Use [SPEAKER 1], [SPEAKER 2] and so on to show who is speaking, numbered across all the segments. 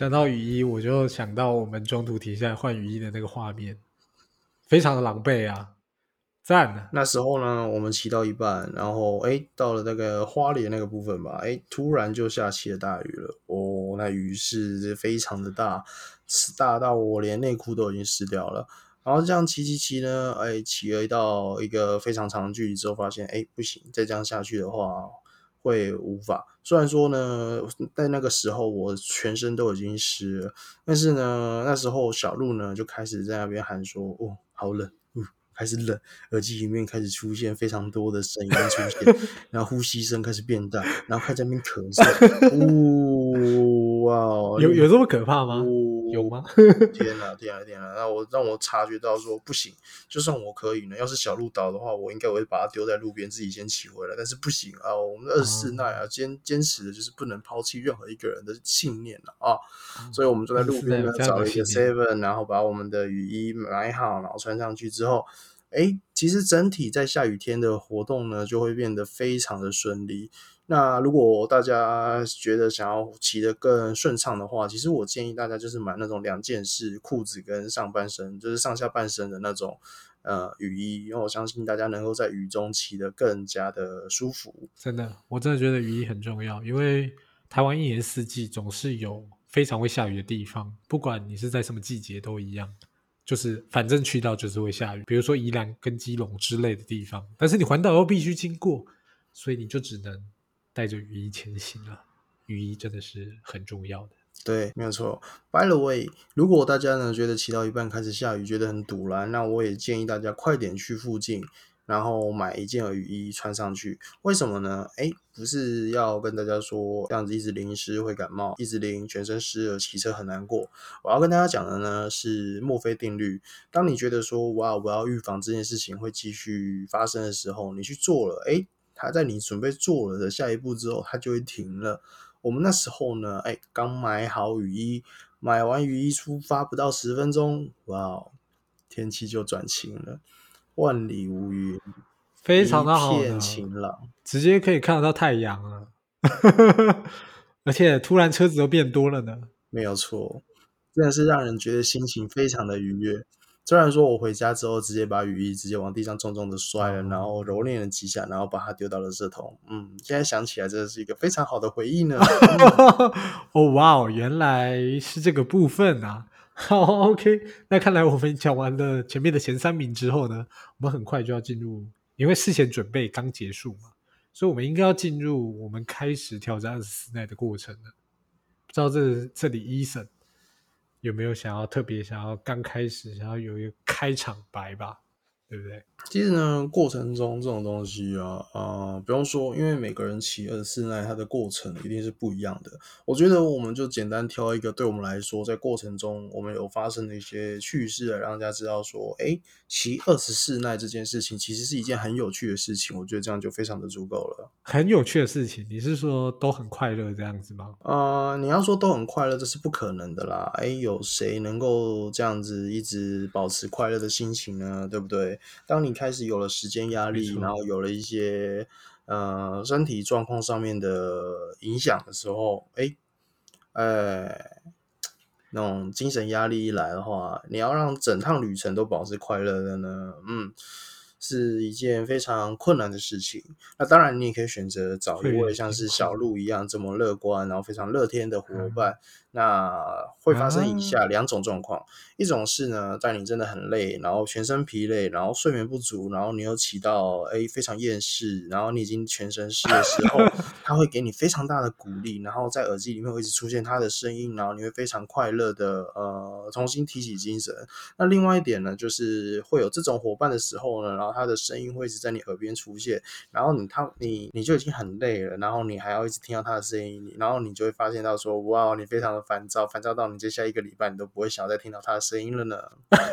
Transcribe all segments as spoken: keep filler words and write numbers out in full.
[SPEAKER 1] 讲到雨衣，我就想到我们中途停下来换雨衣的那个画面，非常的狼狈啊，赞啊！
[SPEAKER 2] 那时候呢，我们骑到一半，然后哎，到了那个花莲那个部分吧，哎，突然就下起了大雨了。哦，那雨势非常的大，大到我连内裤都已经湿掉了。然后这样骑骑骑呢，哎，骑了到一个非常长的距离之后，发现哎不行，再这样下去的话会无法。虽然说呢，在那个时候我全身都已经湿了，但是呢，那时候小鹿呢就开始在那边喊说：“哦，好冷。”开始冷，耳机里面开始出现非常多的声音出现，然后呼吸声开始变大，然后开始在那边咳嗽，呜、哦、哇、哦，
[SPEAKER 1] 有有这么可怕吗？有
[SPEAKER 2] 呜、
[SPEAKER 1] 吗？
[SPEAKER 2] 天哪，天哪，天哪！那我让我察觉到说不行，就算我可以呢，要是小鹿倒的话，我应该我会把它丢在路边，自己先骑回来。但是不行啊，我们二十四耐啊，坚坚持的就是不能抛弃任何一个人的信念啊。所以我们就在路边呢找了一个 seven， 然后把我们的雨衣买好，然后穿上去之后，哎，其实整体在下雨天的活动呢，就会变得非常的顺利。那如果大家觉得想要骑得更顺畅的话，其实我建议大家就是买那种两件式裤子跟上半身，就是上下半身的那种呃雨衣，因为我相信大家能够在雨中骑得更加的舒服。
[SPEAKER 1] 真的，我真的觉得雨衣很重要，因为台湾一年四季总是有非常会下雨的地方，不管你是在什么季节都一样，就是反正去到就是会下雨，比如说宜兰跟基隆之类的地方，但是你环岛又必须经过，所以你就只能带着雨衣前行了。雨衣真的是很重要的。
[SPEAKER 2] 对，没有错。By the way，如果大家呢觉得骑到一半开始下雨，觉得很堵然，那我也建议大家快点去附近，然后买一件雨衣穿上去。为什么呢？哎，不是要跟大家说这样子一直淋湿会感冒，一直淋全身湿了骑车很难过。我要跟大家讲的呢是墨菲定律。当你觉得说哇，我要预防这件事情会继续发生的时候，你去做了，哎，它在你准备做了的下一步之后，它就会停了。我们那时候呢，哎，刚买好雨衣，买完雨衣出发不到十分钟，哇，天气就转晴了，万里无云，一
[SPEAKER 1] 非常的好
[SPEAKER 2] 片
[SPEAKER 1] 呢，
[SPEAKER 2] 晴朗，
[SPEAKER 1] 直接可以看得到太阳了，而且突然车子都变多了呢。
[SPEAKER 2] 没有错，真的是让人觉得心情非常的愉悦。虽然说我回家之后直接把雨衣直接往地上重重的摔了，然后蹂躏了几下，然后把它丢到了垃圾桶。嗯，现在想起来真的是一个非常好的回忆呢。嗯，
[SPEAKER 1] 哦，哇哦，原来是这个部分啊。好，OK，那看来我们讲完了前面的前三名之后呢，我们很快就要进入，因为事前准备刚结束嘛，所以我们应该要进入我们开始挑战二十四耐的过程了。不知道这这里 Eason 有没有想要特别想要刚开始想要有一个开场白吧，对不对？
[SPEAKER 2] 其实呢，过程中这种东西啊，呃，不用说，因为每个人骑二十四耐，它的过程一定是不一样的。我觉得我们就简单挑一个，对我们来说，在过程中我们有发生的一些趣事，来让大家知道说，哎，骑二十四耐这件事情其实是一件很有趣的事情。我觉得这样就非常的足够了。
[SPEAKER 1] 很有趣的事情，你是说都很快乐这样子吗？
[SPEAKER 2] 呃，你要说都很快乐，这是不可能的啦。哎，有谁能够这样子一直保持快乐的心情呢？对不对？当你开始有了时间压力，然后有了一些呃身体状况上面的影响的时候，哎，呃，那种精神压力一来的话，你要让整趟旅程都保持快乐的呢，嗯，是一件非常困难的事情。那当然，你也可以选择找一位像是小鹿一样这么乐观，然后非常乐天的伙伴。那会发生以下两种状况，一种是呢，在你真的很累，然后全身疲累，然后睡眠不足，然后你又骑到哎非常厌世，然后你已经全身湿的时候，他会给你非常大的鼓励，然后在耳机里面会一直出现他的声音，然后你会非常快乐的呃重新提起精神。那另外一点呢，就是会有这种伙伴的时候呢，然后他的声音会一直在你耳边出现，然后你他你你就已经很累了，然后你还要一直听到他的声音，然后你就会发现到说，哇，你非常的烦躁，烦躁到你接下来一个礼拜你都不会想要再听到他的声音了呢。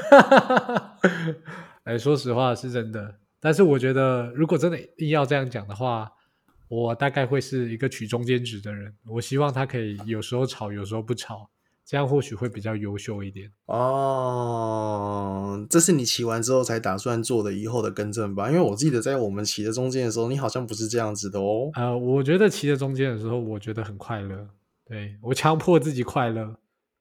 [SPEAKER 1] 哎，说实话是真的，但是我觉得如果真的硬要这样讲的话，我大概会是一个取中间值的人。我希望他可以有时候吵，有时候不吵，这样或许会比较优秀一点。
[SPEAKER 2] 哦，这是你骑完之后才打算做的以后的更正吧？因为我记得在我们骑的中间的时候，你好像不是这样子的哦。
[SPEAKER 1] 呃，我觉得骑在中间的时候，我觉得很快乐。对，我强迫自己快乐，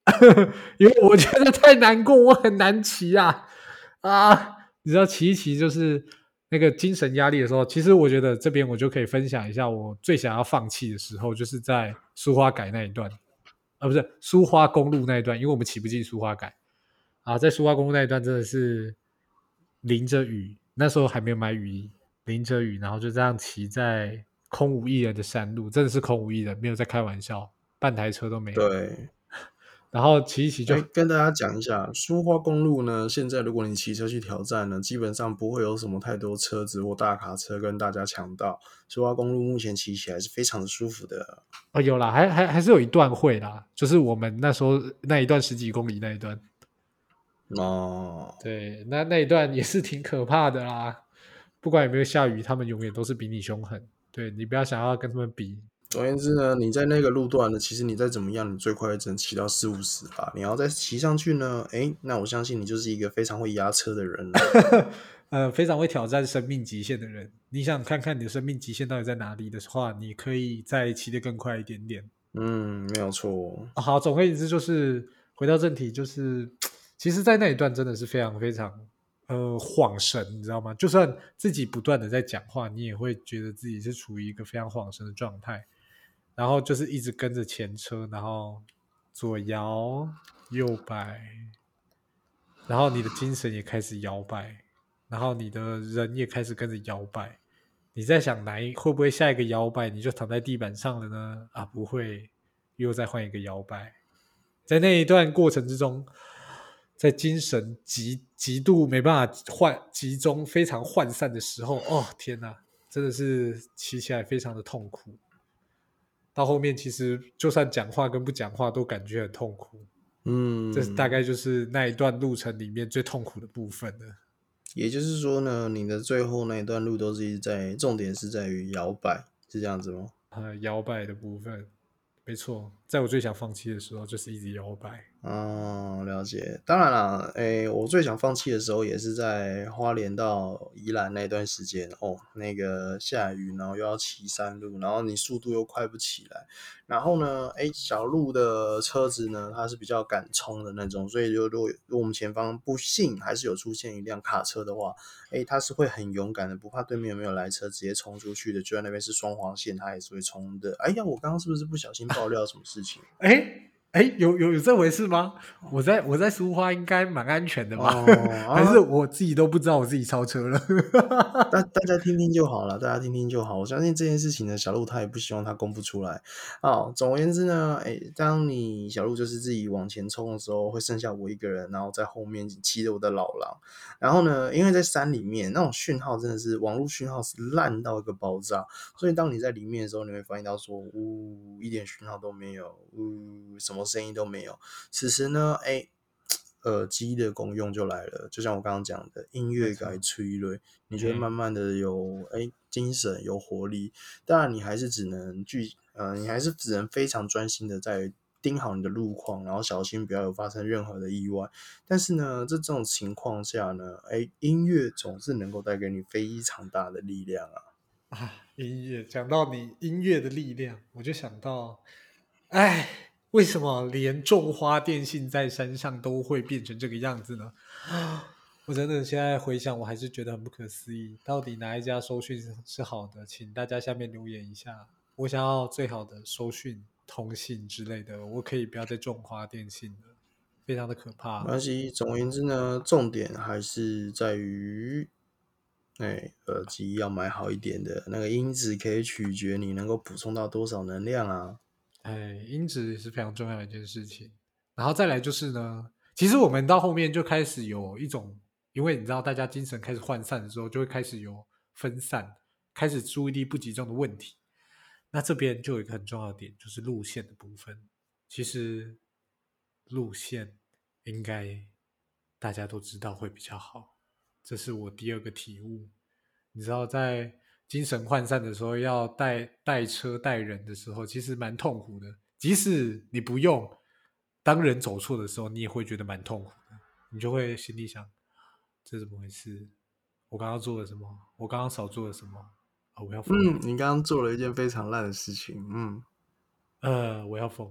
[SPEAKER 1] 因为我觉得太难过，我很难骑啊啊！你知道骑一骑就是那个精神压力的时候，其实我觉得这边我就可以分享一下我最想要放弃的时候，就是在苏花改那一段，啊不是苏花公路那一段，因为我们骑不进苏花改啊，在苏花公路那一段真的是淋着雨，那时候还没有买雨衣，淋着雨，然后就这样骑在空无一人的山路，真的是空无一人，没有在开玩笑，半台车都没有。
[SPEAKER 2] 对，
[SPEAKER 1] 然后骑一骑就
[SPEAKER 2] 哎，跟大家讲一下，苏花公路呢，现在如果你骑车去挑战呢，基本上不会有什么太多车子或大卡车跟大家抢道。苏花公路目前骑起来是非常的舒服的。
[SPEAKER 1] 哦有啦，还还还是有一段会啦，就是我们那时候那一段十几公里那一段，
[SPEAKER 2] 哦，
[SPEAKER 1] 对，那那一段也是挺可怕的啦。不管有没有下雨，他们永远都是比你凶狠。对你不要想要跟他们比，
[SPEAKER 2] 总而言之呢，你在那个路段呢，其实你再怎么样，你最快只能骑到四五十吧。你要再骑上去呢，哎，那我相信你就是一个非常会压车的人了。
[SPEAKER 1] 呃，非常会挑战生命极限的人。你想看看你的生命极限到底在哪里的话，你可以再骑得更快一点点。
[SPEAKER 2] 嗯，没有错。
[SPEAKER 1] 啊好，总而言之就是回到正题，就是其实，在那一段真的是非常非常呃晃神，你知道吗？就算自己不断的在讲话，你也会觉得自己是处于一个非常晃神的状态，然后就是一直跟着前车，然后左摇右摆，然后你的精神也开始摇摆，然后你的人也开始跟着摇摆。你在想哪一会不会下一个摇摆你就躺在地板上了呢？啊，不会，又再换一个摇摆。在那一段过程之中，在精神极极度没办法换集中、非常涣散的时候，哦天哪，真的是骑起来非常的痛苦。到后面其实就算讲话跟不讲话都感觉很痛苦，这大
[SPEAKER 2] 嗯，
[SPEAKER 1] 概就是那一段路程里面最痛苦的部分了。
[SPEAKER 2] 也就是说呢，你的最后那一段路都是一直在，重点是在于摇摆，是这样子吗？
[SPEAKER 1] 呃，摇摆的部分，没错，在我最想放弃的时候，就是一直摇摆。
[SPEAKER 2] 哦，了解。当然啦，诶，我最想放弃的时候也是在花莲到宜兰那段时间哦，那个下雨，然后又要骑山路，然后你速度又快不起来，然后呢，诶，小路的车子呢，它是比较敢冲的那种，所以就如果如果我们前方不幸还是有出现一辆卡车的话，诶，它是会很勇敢的，不怕对面有没有来车，直接冲出去的，就在那边是双黄线，它也是会冲的。哎呀，我刚刚是不是不小心爆料什么事情？
[SPEAKER 1] 哎哎，有有有这回事吗？我在我在苏花应该蛮安全的吧？
[SPEAKER 2] 哦
[SPEAKER 1] 还是
[SPEAKER 2] 啊，
[SPEAKER 1] 我自己都不知道我自己超车了？
[SPEAKER 2] 大大家听听就好了，大家听听就好。我相信这件事情呢，小鹿他也不希望他公布出来。哦，总而言之呢，哎，当你小鹿就是自己往前冲的时候，会剩下我一个人，然后在后面骑着我的老狼。然后呢，因为在山里面，那种讯号真的是网络讯号是烂到一个爆炸，所以当你在里面的时候，你会发现到说，呜，一点讯号都没有，呜，什么声音都没有。此时呢，哎。耳机的功用就来了，就像我刚刚讲的，音乐该催泪，你就会慢慢的有哎精神有活力。当然，你还是只能具呃，你还是只能非常专心的在盯好你的路况，然后小心不要有发生任何的意外。但是呢，这种情况下呢，哎，音乐总是能够带给你非常大的力量啊。
[SPEAKER 1] 啊，音乐，讲到你音乐的力量，我就想到，哎，为什么连种花电信在山上都会变成这个样子呢？我真的现在回想，我还是觉得很不可思议。到底哪一家收讯是好的？请大家下面留言一下。我想要最好的收讯、通信之类的，我可以不要再种花电信了，非常的可怕。
[SPEAKER 2] 没关系，总而言之呢，重点还是在于哎，耳机要买好一点的，那个音质可以取决你能够补充到多少能量啊。
[SPEAKER 1] 哎，音质是非常重要的一件事情。然后再来就是呢，其实我们到后面就开始有一种，因为你知道大家精神开始涣散的时候，就会开始有分散，开始注意力不集中的问题。那这边就有一个很重要的点，就是路线的部分。其实路线应该大家都知道会比较好，这是我第二个体悟。你知道，在精神涣散的时候，要带带车带人的时候，其实蛮痛苦的。即使你不用，当人走错的时候，你也会觉得蛮痛苦的。你就会心里想：这怎么回事？我刚刚做了什么？我刚刚少做了什么？啊、我要疯了！
[SPEAKER 2] 嗯，你刚刚做了一件非常烂的事情。嗯，
[SPEAKER 1] 呃，我要疯了。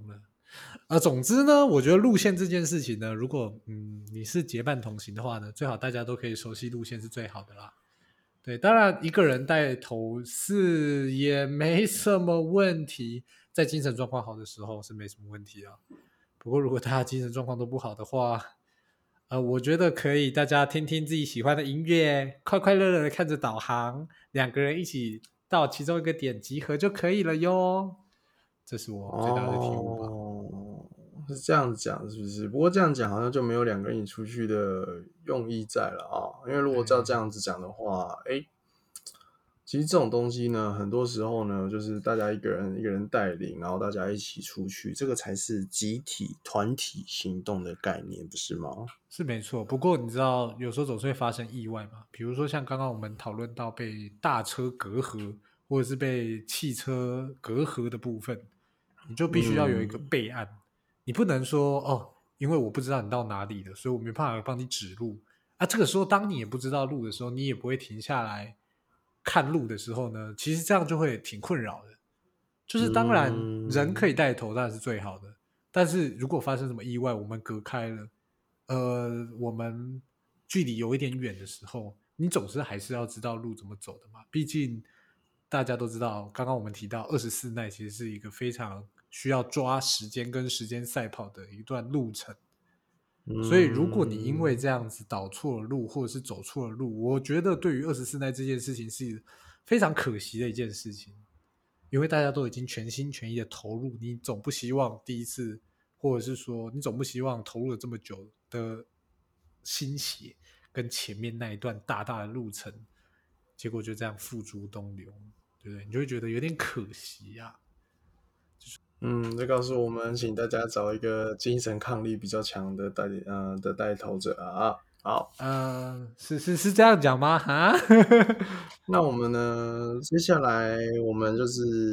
[SPEAKER 1] 呃，总之呢，我觉得路线这件事情呢，如果嗯你是结伴同行的话呢，最好大家都可以熟悉路线是最好的啦。对，当然一个人带头是也没什么问题，在精神状况好的时候是没什么问题啊。不过如果大家精神状况都不好的话，呃，我觉得可以大家听听自己喜欢的音乐，快快乐乐的看着导航，两个人一起到其中一个点集合就可以了哟。这是我最大的体悟吧。
[SPEAKER 2] 哦，是这样讲是不是？不过这样讲好像就没有两个人一起出去的用意在了啊。因为如果照这
[SPEAKER 1] 哎，
[SPEAKER 2] 样子讲的话，哎，其实这种东西呢，很多时候呢，就是大家一个人一个人带领，然后大家一起出去，这个才是集体团体行动的概念，不是吗？
[SPEAKER 1] 是没错，不过你知道，有时候总是会发生意外嘛。比如说像刚刚我们讨论到被大车隔阂，或者是被汽车隔阂的部分，你就必须要有一个
[SPEAKER 2] 嗯
[SPEAKER 1] 备案。你不能说哦，因为我不知道你到哪里了，所以我没办法帮你指路啊。这个时候，当你也不知道路的时候，你也不会停下来看路的时候呢，其实这样就会挺困扰的。就是当然人可以
[SPEAKER 2] 嗯
[SPEAKER 1] 带头当然是最好的，但是如果发生什么意外，我们隔开了，呃，我们距离有一点远的时候，你总是还是要知道路怎么走的嘛。毕竟大家都知道，刚刚我们提到二十四耐其实是一个非常需要抓时间跟时间赛跑的一段路程。所以，如果你因为
[SPEAKER 2] 嗯
[SPEAKER 1] 这样子导错了路，或者是走错了路，我觉得对于二十四耐这件事情是非常可惜的一件事情。因为大家都已经全心全意的投入，你总不希望第一次，或者是说你总不希望投入了这么久的心血跟前面那一段大大的路程，结果就这样付诸东流，对不对？你就会觉得有点可惜呀、啊。
[SPEAKER 2] 嗯，这告诉我们，请大家找一个精神抗力比较强的带呃的带头者啊。好，
[SPEAKER 1] 呃，是是是这样讲吗？哈，
[SPEAKER 2] 那我们呢，接下来我们就是，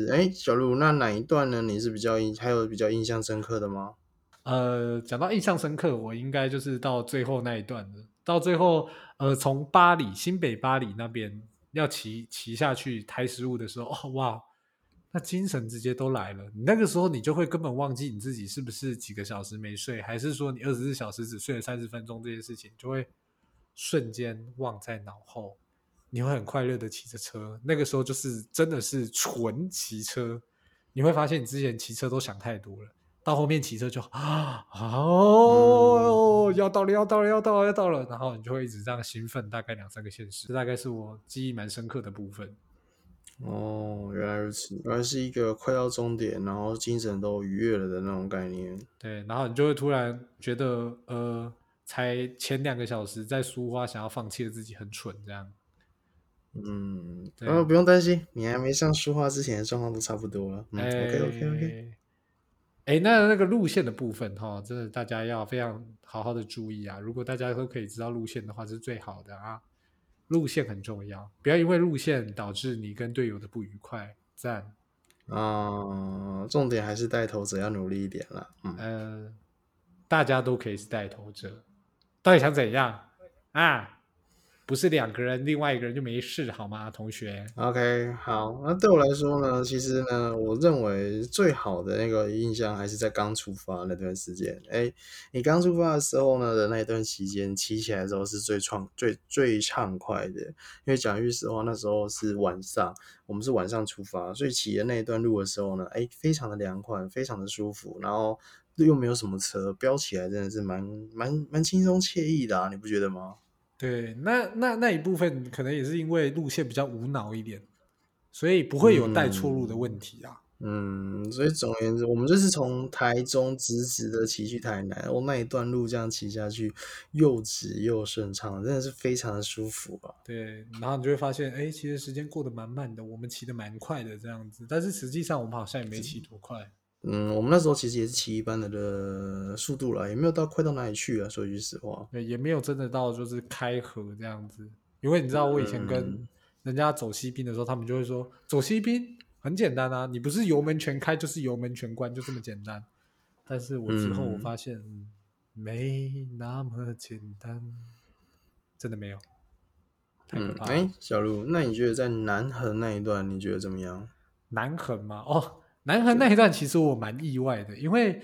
[SPEAKER 2] 哎，小鹿，那哪一段呢？你是比较印，还有比较印象深刻的吗？
[SPEAKER 1] 呃，讲到印象深刻，我应该就是到最后那一段了。到最后，呃，从巴黎新北巴黎那边要骑骑下去台十五的时候，哦哇，那精神直接都来了。你那个时候你就会根本忘记你自己是不是几个小时没睡，还是说你二十四小时只睡了三十分钟这件事情，就会瞬间忘在脑后。你会很快乐的骑着车，那个时候就是真的是纯骑车。你会发现你之前骑车都想太多了。到后面骑车就啊哦，
[SPEAKER 2] 嗯，
[SPEAKER 1] 要到了，要到了，要到了，要到了，然后你就会一直这样兴奋，大概两三个县市，这大概是我记忆蛮深刻的部分。
[SPEAKER 2] 哦，原来如此，原来是一个快到终点，然后精神都愉悦了的那种概念。
[SPEAKER 1] 对，然后你就会突然觉得，呃，才前两个小时在苏花想要放弃的自己很蠢，这样。
[SPEAKER 2] 嗯，呃，
[SPEAKER 1] 对，
[SPEAKER 2] 不用担心，你还没上书画之前的状况都差不多了。嗯，OK OK OK。
[SPEAKER 1] 哎哎，那那个路线的部分哈，真的大家要非常好好的注意啊！如果大家都可以知道路线的话，是最好的啊。路线很重要，不要因为路线导致你跟队友的不愉快。赞，
[SPEAKER 2] 啊、重点还是带头者要努力一点啦。嗯
[SPEAKER 1] 呃，大家都可以是带头者，到底想怎样啊？不是两个人，另外一个人就没事好吗，同学？
[SPEAKER 2] ，OK，好，那对我来说呢，其实呢，我认为最好的那个印象还是在刚出发那段时间。哎，你刚出发的时候呢的那一段期间，骑起来的时候是最创、最最畅快的。因为讲句实话，那时候是晚上，我们是晚上出发，所以骑的那一段路的时候呢，哎，非常的凉快，非常的舒服，然后又没有什么车，飙起来真的是蛮蛮蛮轻松惬意的啊，你不觉得吗？
[SPEAKER 1] 对，那那那一部分可能也是因为路线比较无脑一点，所以不会有带错路的问
[SPEAKER 2] 嗯。
[SPEAKER 1] 题啊。
[SPEAKER 2] 嗯，所以总而言之，我们就是从台中直直的骑去台南，哦，那一段路这样骑下去，又直又顺畅，真的是非常的舒服啊。
[SPEAKER 1] 对，然后你就会发现，哎，其实时间过得蛮慢的，我们骑得蛮快的这样子，但是实际上我们好像也没骑多快。
[SPEAKER 2] 嗯，我们那时候其实也是骑一般的的速度啦，也没有到快到哪里去啊。说句实话，
[SPEAKER 1] 对，也没有真的到就是开河这样子。因为你知道，我以前跟
[SPEAKER 2] 嗯
[SPEAKER 1] 人家走西滨的时候，他们就会说，走西滨很简单啊，你不是油门全开就是油门全关，就这么简单。但是我之后我
[SPEAKER 2] 嗯
[SPEAKER 1] 发现，嗯，没那么简单，真的没有，太可
[SPEAKER 2] 嗯，
[SPEAKER 1] 怕了。
[SPEAKER 2] 哎，小鹿，那你觉得在南横那一段，你觉得怎么样？
[SPEAKER 1] 南横嘛，哦，南横那一段其实我蛮意外的，因为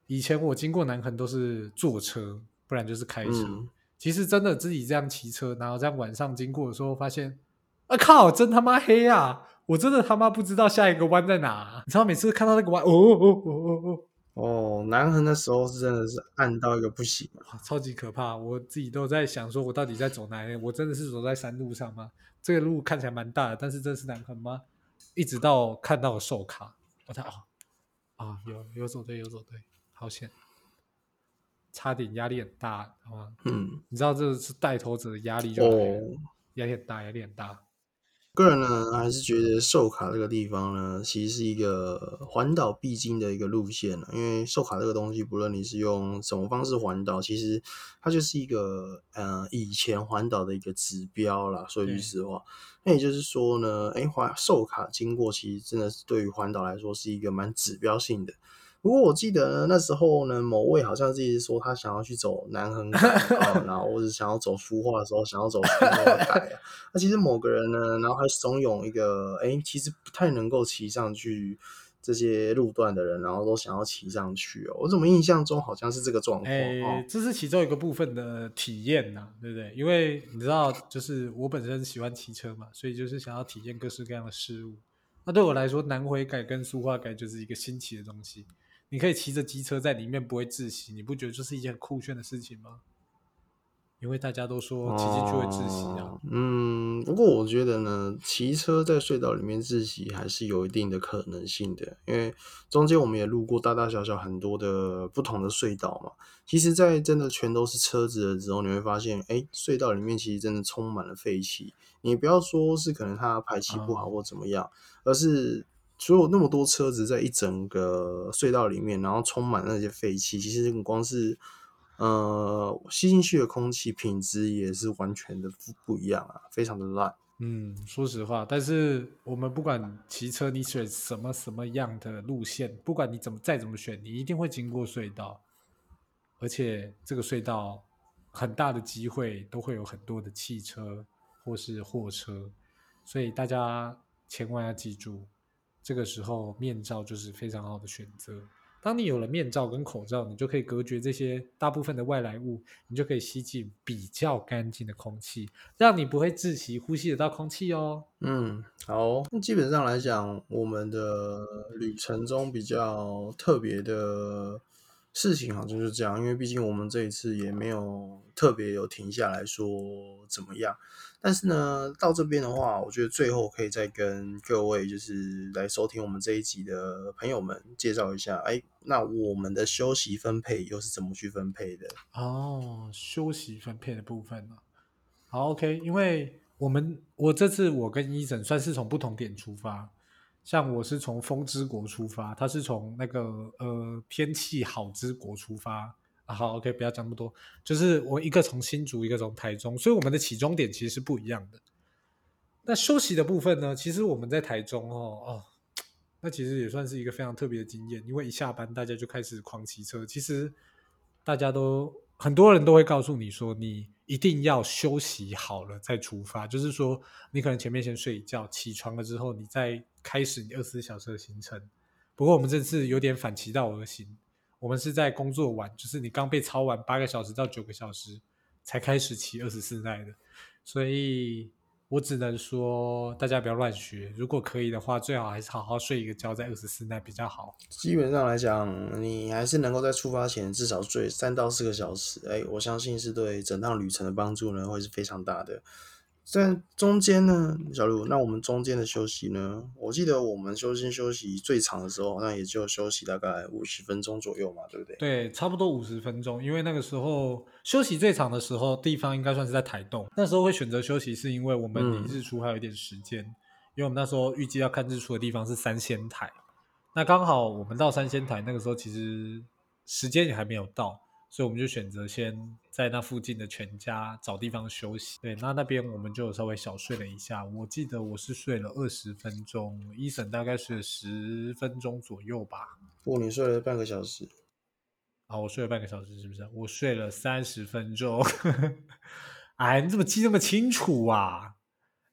[SPEAKER 1] 以前我经过南横都是坐车，不然就是开车。
[SPEAKER 2] 嗯，
[SPEAKER 1] 其实真的自己这样骑车，然后这样晚上经过的时候，发现，啊靠，真他妈黑啊！我真的他妈不知道下一个弯在哪啊、你知道每次看到那个弯，哦哦哦哦哦，
[SPEAKER 2] 哦，南横的时候是真的是暗到一个不行啊。
[SPEAKER 1] 哇超级可怕！我自己都在想说，我到底在走哪里？我真的是走在山路上吗？这个路看起来蛮大的，但是这是南横吗？一直到看到手卡，我才哦啊，有有走对，有走对，好险！差点压力很大，好吗？
[SPEAKER 2] 嗯，
[SPEAKER 1] 你知道这是带头者的压力就来了，
[SPEAKER 2] 哦，
[SPEAKER 1] 压力很大，压力很大。
[SPEAKER 2] 个人呢还是觉得寿卡这个地方呢，其实是一个环岛必经的一个路线了。因为寿卡这个东西，不论你是用什么方式环岛，其实它就是一个呃以前环岛的一个指标啦。说句
[SPEAKER 1] 对，
[SPEAKER 2] 实话，那也就是说呢，哎，环寿卡经过，其实真的是对于环岛来说是一个蛮指标性的。不过我记得呢，那时候呢，某位好像自己说他想要去走南横改啊、然后或者想要走苏化的时候想要走苏化改啊。那其实某个人呢，然后还怂恿一个，哎，其实不太能够骑上去这些路段的人，然后都想要骑上去哦。我怎么印象中好像是这个状况
[SPEAKER 1] 哎，
[SPEAKER 2] 哦。
[SPEAKER 1] 这是其中一个部分的体验呐、对不对？因为你知道，就是我本身喜欢骑车嘛，所以就是想要体验各式各样的事物。那对我来说，南回改跟苏花改就是一个新奇的东西。你可以骑着机车在里面不会窒息，你不觉得就是一件很酷炫的事情吗？因为大家都说骑进去会窒息啊。
[SPEAKER 2] 哦，嗯，不过我觉得呢，骑车在隧道里面自习还是有一定的可能性的，因为中间我们也路过大大小小很多的不同的隧道嘛。其实，在真的全都是车子的时候，你会发现，哎，隧道里面其实真的充满了废气。你不要说是可能它排气不好
[SPEAKER 1] 啊、
[SPEAKER 2] 或怎么样，而是所有那么多车子在一整个隧道里面，然后充满那些废气，其实你光是呃，吸进去的空气品质也是完全的不不一样啊，非常的烂。
[SPEAKER 1] 嗯，说实话，但是我们不管骑车，你选什么什么样的路线，不管你怎么再怎么选，你一定会经过隧道，而且这个隧道很大的机会都会有很多的汽车或是货车，所以大家千万要记住，这个时候面罩就是非常好的选择。当你有了面罩跟口罩，你就可以隔绝这些大部分的外来物，你就可以吸进比较干净的空气，让你不会窒息，呼吸得到空气哦。
[SPEAKER 2] 嗯，好，那基本上来讲，我们的旅程中比较特别的事情好像就是这样，因为毕竟我们这一次也没有特别有停下来说怎么样。但是呢，到这边的话，我觉得最后可以再跟各位就是来收听我们这一集的朋友们介绍一下，哎，那我们的休息分配又是怎么去分配的？
[SPEAKER 1] 哦，休息分配的部分呢、好，OK，因为我们我这次我跟伊整算是从不同点出发，像我是从风之国出发，他是从那个呃天气好之国出发。啊、好，OK，不要讲那么多，就是我一个从新竹，一个从台中，所以我们的起终点其实是不一样的。那休息的部分呢，其实我们在台中哦哦，那其实也算是一个非常特别的经验，因为一下班大家就开始狂骑车。其实大家都很多人都会告诉你说，你一定要休息好了再出发，就是说你可能前面先睡一觉，起床了之后，你再开始你二十四小时的行程。不过我们这次有点反其道而行，我们是在工作完，就是你刚被操完八个小时到九个小时才开始骑二十四耐的，所以我只能说大家不要乱学，如果可以的话，最好还是好好睡一个觉，在二十四耐比较好。
[SPEAKER 2] 基本上来讲，你还是能够在出发前至少睡三到四个小时，哎，我相信是对整趟旅程的帮助呢，会是非常大的。在中间呢，小卢，那我们中间的休息呢？我记得我们休息休息最长的时候，好像也就休息大概五十分钟左右嘛，对不对？
[SPEAKER 1] 对，差不多五十分钟，因为那个时候休息最长的时候，地方应该算是在台东。那时候会选择休息，是因为我们离
[SPEAKER 2] 嗯，
[SPEAKER 1] 日出还有一点时间，因为我们那时候预计要看日出的地方是三仙台，那刚好我们到三仙台那个时候其实时间也还没有到，所以我们就选择先在那附近的全家找地方休息。对，那那边我们就稍微小睡了一下，我记得我是睡了二十分钟，一审大概睡了十分钟左右吧。
[SPEAKER 2] 不过你睡了半个小时，
[SPEAKER 1] 啊，我睡了半个小时，是不是？我睡了三十分钟。哎，你怎么记那么清楚啊？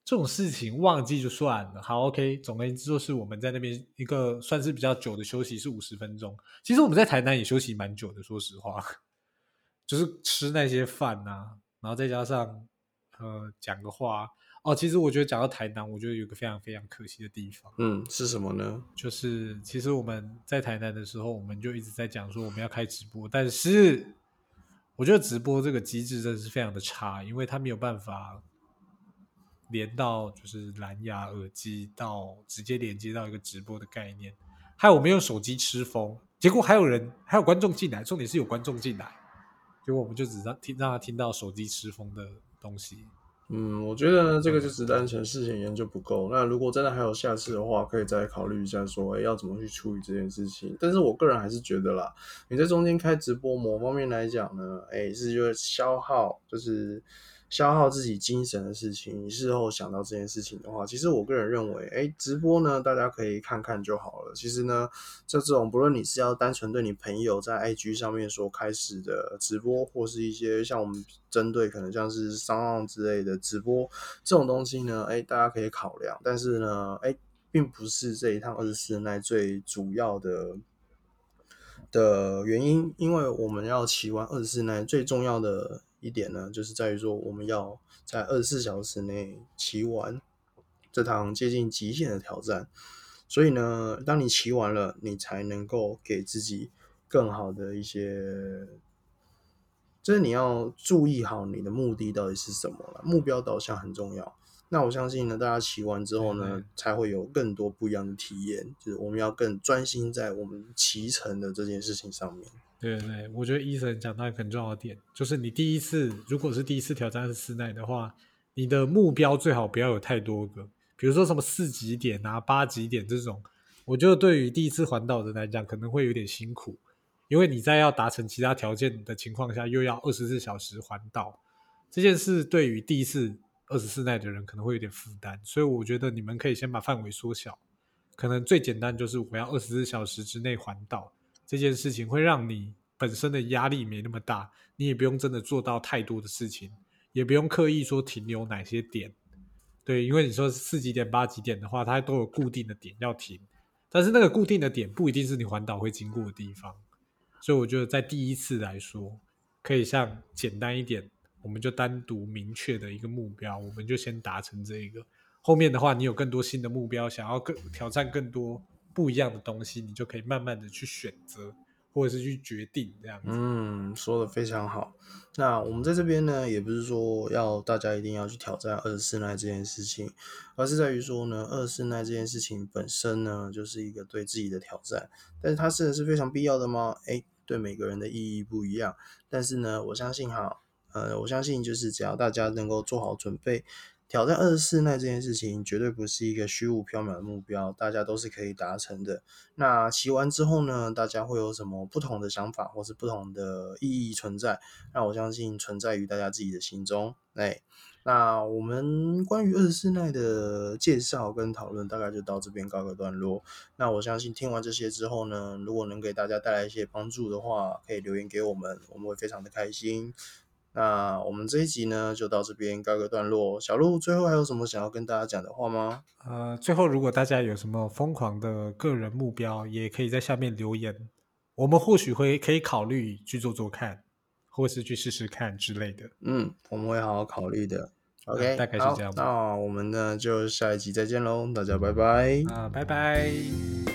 [SPEAKER 1] 这种事情忘记就算了。好 OK， 总而言之就是我们在那边一个算是比较久的休息是五十分钟，其实我们在台南也休息蛮久的，说实话，就是吃那些饭啊，然后再加上呃讲个话。哦，其实我觉得讲到台南，我觉得有个非常非常可惜的地方，
[SPEAKER 2] 嗯，是什么呢？
[SPEAKER 1] 就是其实我们在台南的时候，我们就一直在讲说我们要开直播，但是我觉得直播这个机制真的是非常的差，因为它没有办法连到就是蓝牙耳机到直接连接到一个直播的概念，还有我们用手机吃风，结果还有人还有观众进来，重点是有观众进来，结果我们就只让听让他听到手机吃风的东西。
[SPEAKER 2] 嗯，我觉得这个就是单纯事前研究不够。那如果真的还有下次的话，可以再考虑一下说，哎，要怎么去处理这件事情。但是我个人还是觉得啦，你在中间开直播，某方面来讲呢，哎，是就是消耗，就是消耗自己精神的事情。你事后想到这件事情的话，其实我个人认为，哎，直播呢，大家可以看看就好了。其实呢，这种不论你是要单纯对你朋友在 I G 上面所开始的直播，或是一些像我们针对可能像是商浪之类的直播这种东西呢，哎，大家可以考量。但是呢，哎，并不是这一趟二十四耐最主要的的原因，因为我们要骑完二十四耐最重要的一点呢，就是在于说我们要在二十四小时内骑完这趟接近极限的挑战。所以呢，当你骑完了，你才能够给自己更好的一些，就是你要注意好你的目的到底是什么了，目标导向很重要。那我相信呢，大家骑完之后呢，才会有更多不一样的体验。就是我们要更专心在我们骑乘的这件事情上面。
[SPEAKER 1] 对对，我觉得医生讲到一个很重要的点，就是你第一次如果是第一次挑战是四耐的话，你的目标最好不要有太多个，比如说什么四极点啊、八极点这种，我觉得对于第一次环岛的来讲可能会有点辛苦，因为你在要达成其他条件的情况下，又要二十四小时环岛，这件事对于第一次二十四耐的人可能会有点负担，所以我觉得你们可以先把范围缩小，可能最简单就是我要二十四小时之内环岛。这件事情会让你本身的压力没那么大，你也不用真的做到太多的事情，也不用刻意说停留哪些点。对，因为你说四几点、八几点的话，它都有固定的点要停，但是那个固定的点不一定是你环岛会经过的地方，所以我觉得在第一次来说，可以像简单一点，我们就单独明确的一个目标，我们就先达成这一个。后面的话，你有更多新的目标，想要更挑战更多不一样的东西，你就可以慢慢的去选择，或者是去决定这样子。
[SPEAKER 2] 嗯，说的非常好。那我们在这边呢，也不是说要大家一定要去挑战二十四耐这件事情，而是在于说呢，二十四耐这件事情本身呢，就是一个对自己的挑战。但是它真的是非常必要的吗？诶，对每个人的意义不一样。但是呢，我相信哈，呃，我相信就是只要大家能够做好准备，挑战二十四耐这件事情绝对不是一个虚无缥缈的目标，大家都是可以达成的。那骑完之后呢，大家会有什么不同的想法，或是不同的意义存在？那我相信存在于大家自己的心中。哎，那我们关于二十四耐的介绍跟讨论，大概就到这边告个段落。那我相信听完这些之后呢，如果能给大家带来一些帮助的话，可以留言给我们，我们会非常的开心。那我们这一集呢，就到这边告个段落。小鹿最后还有什么想要跟大家讲的话吗？
[SPEAKER 1] 呃，最后如果大家有什么疯狂的个人目标，也可以在下面留言，我们或许会可以考虑去做做看，或是去试试看之类的。
[SPEAKER 2] 嗯，我们会好好考虑的。
[SPEAKER 1] 啊，大
[SPEAKER 2] OK，好，
[SPEAKER 1] 概是这样吧。
[SPEAKER 2] 那我们呢就下一集再见喽，大家拜拜。
[SPEAKER 1] 啊，拜拜。